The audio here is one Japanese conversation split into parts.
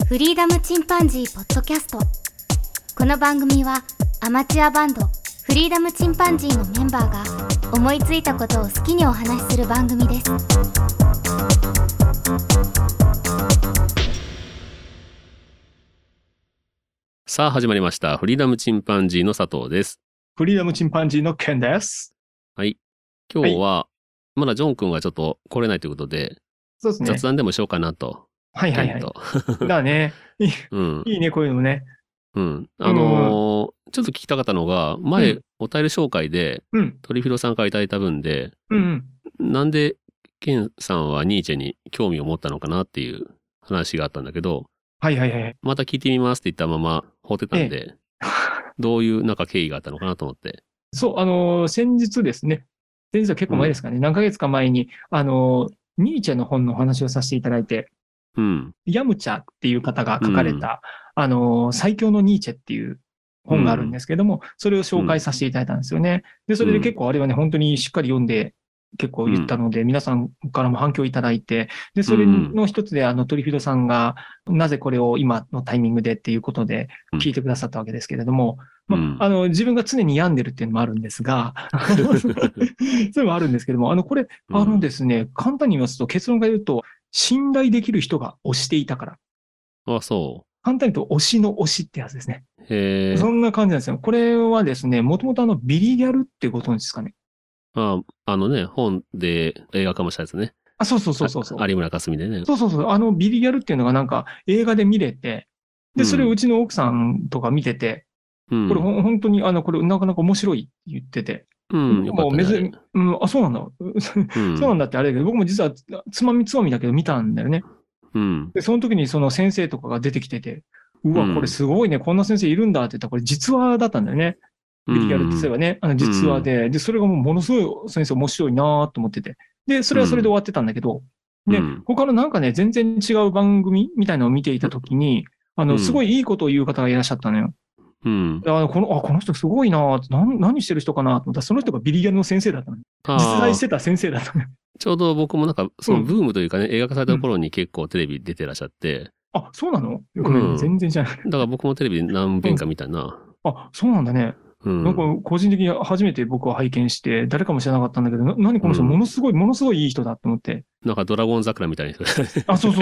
フリーダムチンパンジーポッドキャスト。この番組はアマチュアバンドフリーダムチンパンジーのメンバーが思いついたことを好きにお話しする番組です。 さあ始まりました。フリーダムチンパンジーの佐藤です。 フリーダムチンパンジーのケンです。 はい。今日は、まだジョン君がちょっと来れないということで、 そうですね。 雑談でもしようかなと。 はいはいはい。だね。いいね、こういうのもね。 ちょっと聞きたかったのが、前、お便り紹介で、トリフィロさんからいただいた分で、なんでケンさんはニーチェに興味を持ったのかなっていう話があったんだけど、 はいはいはい。 また聞いてみますって言ったまま放ってたんで、どういうなんか経緯があったのかなと思って。 そう、先日ですね。先日は結構前ですかね。何ヶ月か前に、ニーチェの本のお話をさせていただいて、ヤムチャっていう方が書かれた、最強のニーチェっていう本があるんですけども、それを紹介させていただいたんですよね。で、それで結構あれはね、本当にしっかり読んで、結構言ったので、皆さんからも反響いただいて、で、それの一つで、トリフィドさんが、なぜこれを今のタイミングでっていうことで聞いてくださったわけですけれども、自分が常に病んでるっていうのもあるんですが、それもあるんですけども、これ、ですね、簡単に言いますと、結論から言うと、信頼できる人が推していたから。 あ、そう。 簡単に言うと、推しの推しってやつですね。 へー。 そんな感じなんですよ。これはですね、もともとビリギャルってご存知ですかね。 本で映画化もしたやつね。 あ、そうそうそうそう。 有村架純でね。 そうそうそう。ビリギャルっていうのがなんか映画で見れて、で、それをうちの奥さんとか見てて、これ本当にこれなかなか面白いって言ってて。 よかったね。 あ、そうなんだ。そうなんだってあれだけど、僕も実はつまみだけど見たんだよね。で、その時にその先生とかが出てきてて、うわ、これすごいね、こんな先生いるんだって言ったら、これ実話だったんだよね。ビリギャルってそういえばね、実話で、で、それがものすごい先生面白いなと思ってて。で、それはそれで終わってたんだけど、で、他のなんかね、全然違う番組みたいなのを見ていた時に、すごいいいことを言う方がいらっしゃったのよ。この人すごいな何してる人かなと思ったら、その人がビリギャルの先生だったの。実在してた先生だったの。 ちょうど僕もなんか、そのブームというかね、映画化された頃に結構テレビ出てらっしゃって。 あ、そうなの？ごめん、全然じゃない。 だから僕もテレビで何遍か見たな。 あ、そうなんだね。なんか個人的に初めて僕は拝見して、誰かも知らなかったんだけど、何この人、ものすごいいい人だと思って。 なんかドラゴン桜みたいな人。 あ、そう。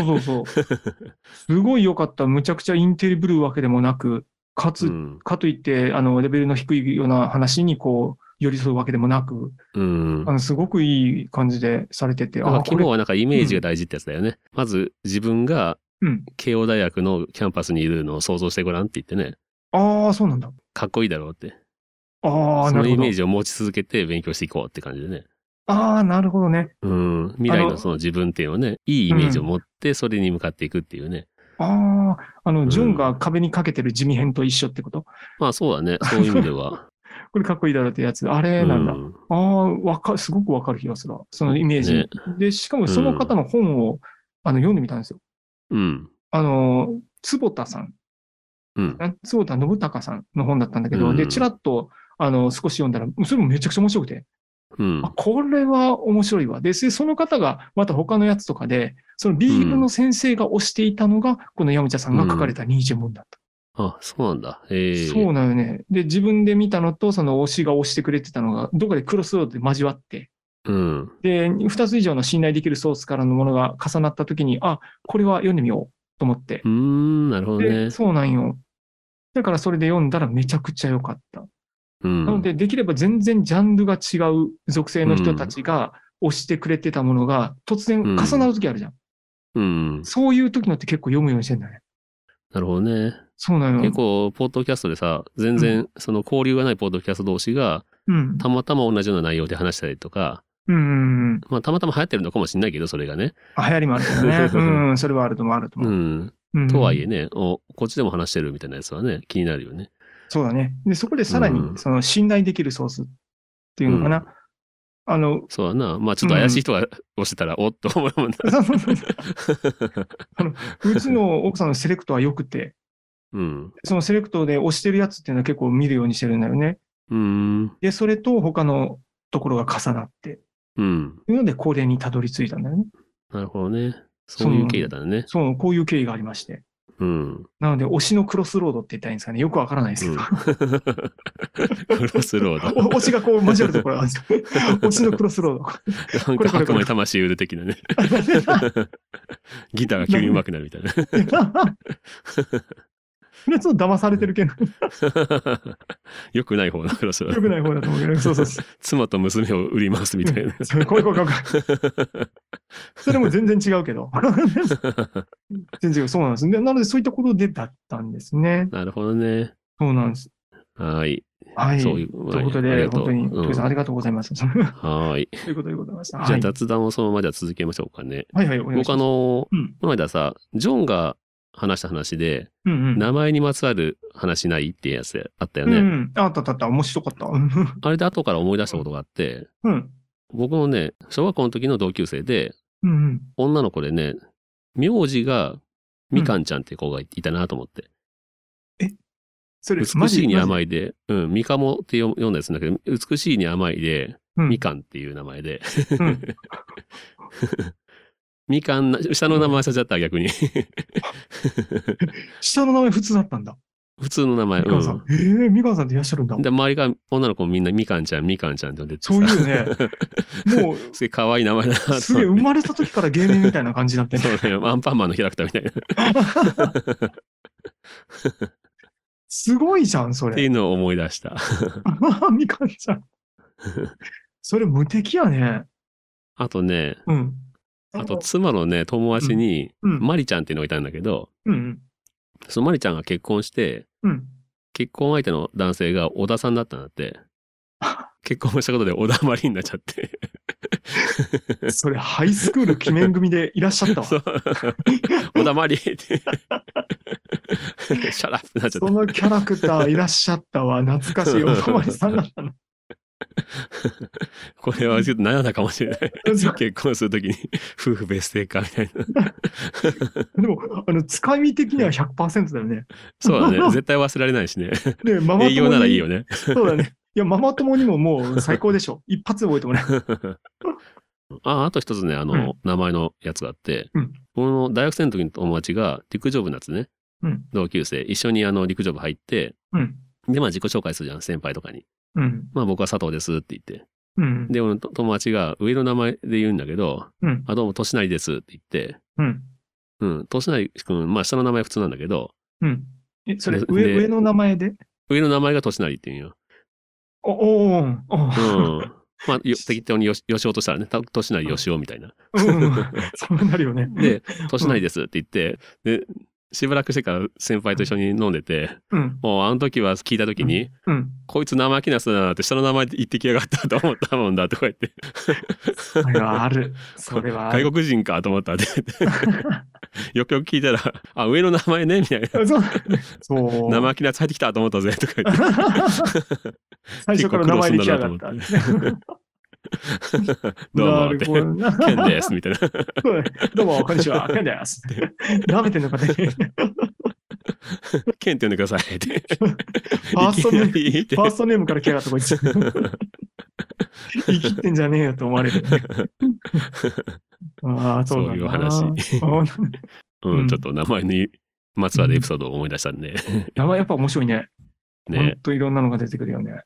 すごい良かった。むちゃくちゃインテリブルーわけでもなく、かといって、レベルの低いような話に寄り添うわけでもなく、すごくいい感じでされてて。 肝はなんかイメージが大事ってやつだよね。まず自分が慶応大学のキャンパスにいるのを想像してごらんって言ってね。 ああ、そうなんだ。 かっこいいだろうって。 ああ、なるほど。 そのイメージを持ち続けて勉強していこうって感じでね。 ああ、なるほどね。 未来のその自分っていうのをね、いいイメージを持ってそれに向かっていくっていうね。 ああ、ジョンが壁にかけてる地味編と一緒ってこと？ まあそうだね。そういう意味では。 これかっこいいだろうってやつ。あれなんだ。すごくわかる気がする。そのイメージ。で、しかもその方の本を読んでみたんですよ。坪田さん。坪田信孝さんの本だったんだけど、で、ちらっと少し読んだら、それもめちゃくちゃ面白くて。これは面白いわ。で、その方がまた他のやつとかで、そのビールの先生が推していたのが、このヤムチャさんが書かれたニーチェ本だった。 あ、そうなんだ。 そうなのよね。で、自分で見たのと、その推しが推してくれてたのが、どこかでクロスロードで交わって、で、2つ以上の信頼できるソースからのものが重なったときに、あ、これは読んでみようと思って。 なるほどね。 そうなんよ。だからそれで読んだらめちゃくちゃ良かった。なので、できれば全然ジャンルが違う属性の人たちが推してくれてたものが突然重なるときあるじゃん。そういう時のって結構読むようにしてんだね。 なるほどね。 そうなの。 結構、ポッドキャストでさ、全然、その交流がないポッドキャスト同士が、たまたま同じような内容で話したりとか、まあ、たまたま流行ってるのかもしれないけど、それがね。 流行りもあるけどね。それはあると思う。 とはいえね、こっちでも話してるみたいなやつはね、気になるよね。 そうだね。で、そこでさらに、その信頼できるソースっていうのかな。 そうだな。まあちょっと怪しい人が押してたら、おっと思うもんな。 うちの奥さんのセレクトは良くて、そのセレクトで押してるやつっていうのは結構見るようにしてるんだよね。で、それと他のところが重なって、いうのでこれにたどり着いたんだよね。 なるほどね。そういう経緯だったんだね。 そう、こういう経緯がありまして。 うん。 なので、推しのクロスロードって言ったらいいんですかね。よくわからないですけど。 クロスロード。 推しがこう交わるところがあるんですよ。推しのクロスロード。 なんか悪魔に魂売る的なね。ギターが急に上手くなるみたいな。 それちょっと騙されてるけど。 よくない方だ、クロスロード。 よくない方だと思うけど、そうそう。 妻と娘を売りますみたいな。 怖い。それも全然違うけど。全然違う、そうなんです。なので、そういったことでだったんですね。 なるほどね。 そうなんです。 はい。 はい。そういうということで、本当に、トイさんありがとうございます。 はい。 ということでございました。 じゃあ雑談をそのままでは続けましょうかね。 はいはい、お願いします。 僕この間さ、ジョンが話した話で、名前にまつわる話ないっていうやつあったよね。 あった。面白かった。 あれで後から思い出したことがあって、僕もね、小学校の時の同級生で、女の子でね、名字がみかんちゃんって子がいたなと思って。 それ美しいに甘いで、みかもって読んだやつなんだけど、美しいに甘いで、みかんっていう名前で。みかん、下の名前忘れちゃった逆に。 下の名前普通だったんだ。 普通の名前。 みかんさん。みかんさんっていらっしゃるんだ。 で、周りが女の子もみんなみかんちゃんって呼んでてさ。 そういうね。もう。 すげえ可愛い名前だな。 すげえ生まれた時から芸名みたいな感じになってね。 そうだよ。アンパンマンのキャラクターみたいな。 すごいじゃん、それ。 っていうのを思い出した。 みかんちゃん。それ無敵やね。 あとね、あと妻のね、友達に、マリちゃんっていうのがいたんだけど、そのマリちゃんが結婚して、結婚相手の男性が小田さんだったんだって。結婚したことで小田マリになっちゃって。 それハイスクール記念組でいらっしゃったわ。 小田マリって。シャラッってなっちゃった。 そのキャラクターいらっしゃったわ。懐かしい。小田マリさんだったの。 これはちょっと悩んだかもしれない。結婚するときに夫婦別姓かみたいな。 でも、使い身的には 100% だよね。 そうだね。絶対忘れられないしね。営業ならいいよね。 そうだね。いや、ママ友にももう最高でしょ。一発覚えてもらえる。 あと一つね、名前のやつがあって、この大学生の時の友達が陸上部のやつね、同級生、一緒に陸上部入って、で、自己紹介するじゃん、先輩とかに。僕は佐藤ですって言って。で、俺の友達が上の名前で言うんだけど、どうも、としなりですって言って、としなりくん、下の名前普通なんだけど、 それ、上の名前で上の名前がとしなりって言うんよ。適当によしおとしたらね、としなりよしおみたいな。 そうなるよね。 で、としなりですって言って、で、しばらくしてから先輩と一緒に飲んでて、もうあの時は聞いた時に、こいつ生意気な人だなって下の名前言ってきやがったと思ったもんだとか言って。 それはある。それはある。 外国人かと思ったって。よくよく聞いたら、上の名前ねみたいな。そう。生意気なやつ入ってきたと思ったぜとか言って。 最初から名前に来やがった。 どうもって。ケンですみたいな。 どうも、こんにちは。ケンです。舐めてんのかね。 ケンって呼んでくださいって。 ファーストネームから来やがったこいつ。生きてんじゃねえよと思われる。 そういう話。ちょっと名前にまつわるエピソードを思い出したんで。 名前やっぱ面白いね。ほんといろんなのが出てくるよね。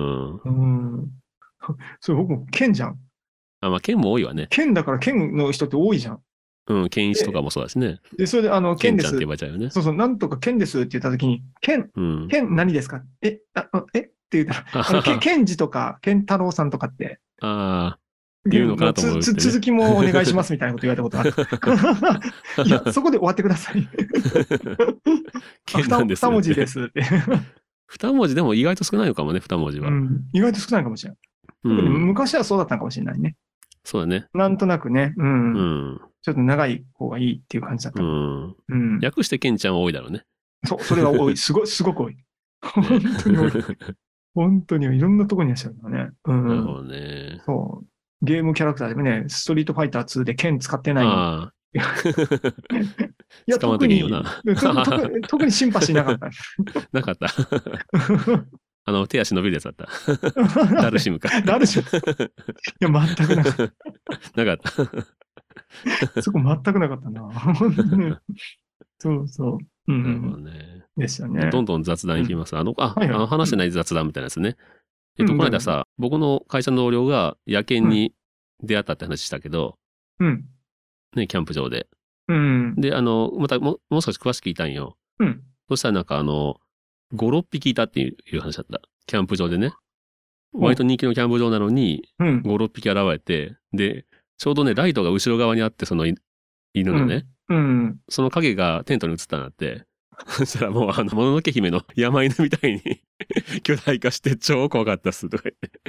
それ僕もケンじゃん。 ケンも多いわね。 ケンだからケンの人って多いじゃん。 ケンイチとかもそうだしね。 で、それでケンです。 ケンちゃんって呼ばれちゃうよね。 そう、なんとかケンですって言ったときに、ケン何ですかって言ったら、ケンジとか、ケン太郎さんとかって。 言うのかなと思う、 続きもお願いしますみたいなこと言われたことある。いや、そこで終わってください。2文字ですって。 2文字でも意外と少ないのかもね、2文字は。 意外と少ないかもしれない。昔はそうだったのかもしれないね。 そうだね。 なんとなくね。ちょっと長い方がいいっていう感じだった。 略してケンちゃんは多いだろうね。 そう、それは多い。すごく多い。本当に多い。本当にいろんなところにいらっしゃるんだね。なるほどね。 そう。ゲームキャラクターでもね、ストリートファイター2で剣使ってないの。いや、特にシンパシーなかった。 なかった。手足伸びるやつだった。ダルシムか。 ダルシム。いや、全くなかった。 なかった。 そこ全くなかったな。そうそう。 なるほどね。ですよね。 どんどん雑談いきます。話してない雑談みたいなやつね。この間さ、僕の会社の同僚が野犬に出会ったって話したけど、ね、キャンプ場で。で、またもう少し詳しく聞いたんよ。そしたらなんか5、6匹いたっていう話だった。キャンプ場でね。割と人気のキャンプ場なのに、5、6匹現れて、で、ちょうどね、ライトが後ろ側にあって、その犬のね、その影がテントに映ったんだって。そしたらもうもののけ姫の山犬みたいに巨大化して超怖かったっすとか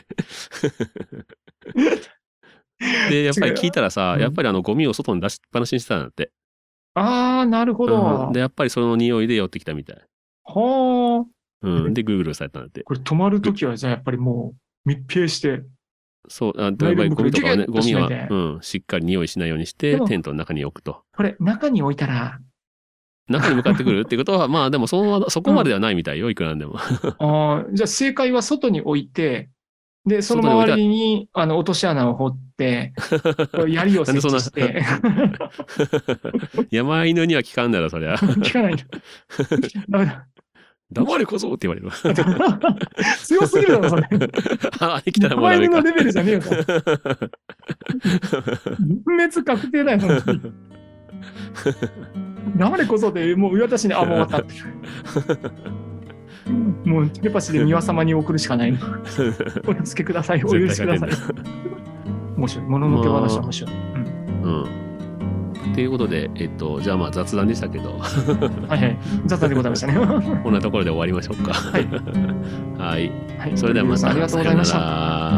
言って。で、やっぱり聞いたらさ、やっぱりゴミを外に出しっぱなしにしてたんだって。 ああ、なるほど。 で、やっぱりその匂いで寄ってきたみたい。 はあ。で、グーグルされたんだって。 これ泊まるときはじゃあやっぱりもう密閉して。 そう、やっぱりゴミとかはね、ゴミは、しっかり匂いしないようにして、テントの中に置くと。 これ、中に置いたら、 中に向かってくるってことは、まあでもそこまでではないみたいよ、いくらなんでも。 じゃあ正解は外に置いて、で、その周りに、落とし穴を掘って、槍を設置して。 山犬には効かんだろ、そりゃ。 効かないんだ。ダメだ。 黙れこそって言われる。 強すぎるだろ、それ。 来たらもうダメか。 山犬のレベルじゃねえよ。滅確定だよ、本当に。黙れこそで、もう上私に、もう終わったって。もうテレパシーで三輪様に送るしかない。お助けください。お許しください。面白い。もののけ話は面白い。 ということで、じゃあまあ雑談でしたけど。 雑談でございましたね。 こんなところで終わりましょうか。はい。それではまた。 ありがとうございました。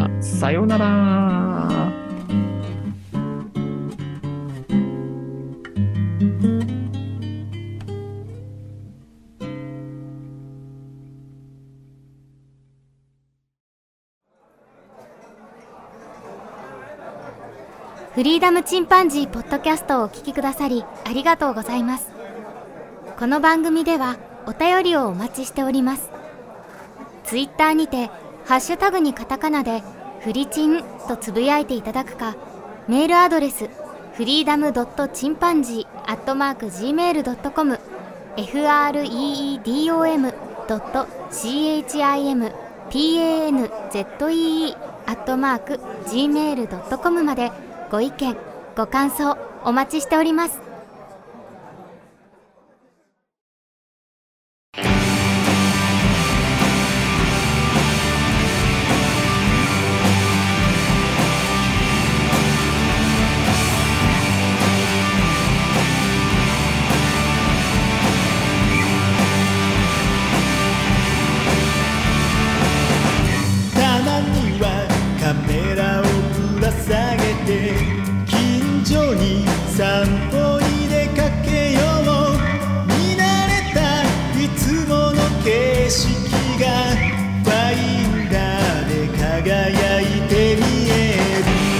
さようなら。 フリーダムチンパンジーポッドキャストをお聞きくださりありがとうございます。この番組ではお便りをお待ちしております。ツイッターにてハッシュタグにカタカナでフリチンとつぶやいていただくか、メールアドレスフリーダム.chimpanzee@gmail.com freedom.chimpanzee@gmail.com までご意見、ご感想お待ちしております。 たまにはカメラをぶら下げて近所に散歩に出かけよう。見慣れたいつもの景色がファインダーで輝いて見える。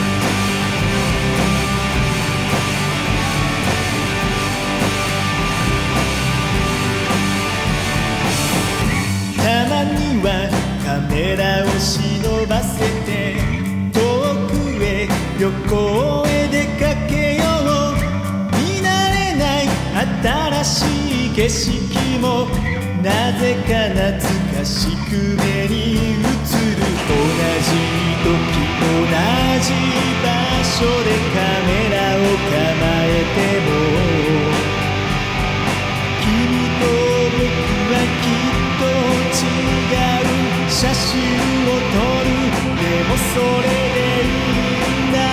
たまにはカメラを忍ばせて遠くへ旅行へ出かけよう。見慣れない新しい景色もなぜか懐かしく目に映る。同じ時同じ場所でカメラを構えても君と僕はきっと違う写真を撮る。でもそれでいいんだ。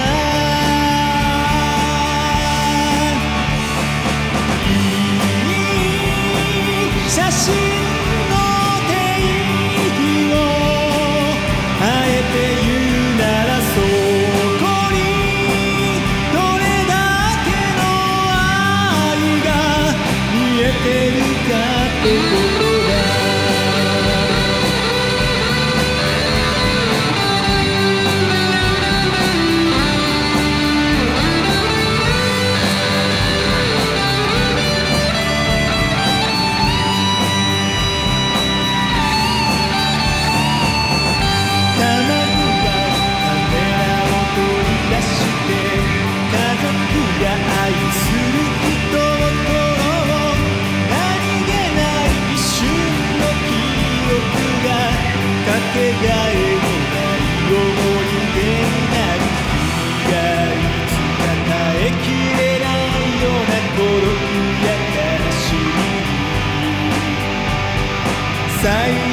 いい写真の定義をあえて言うなら、そこにどれだけの愛が見えてるかってことだ。愛する人と何最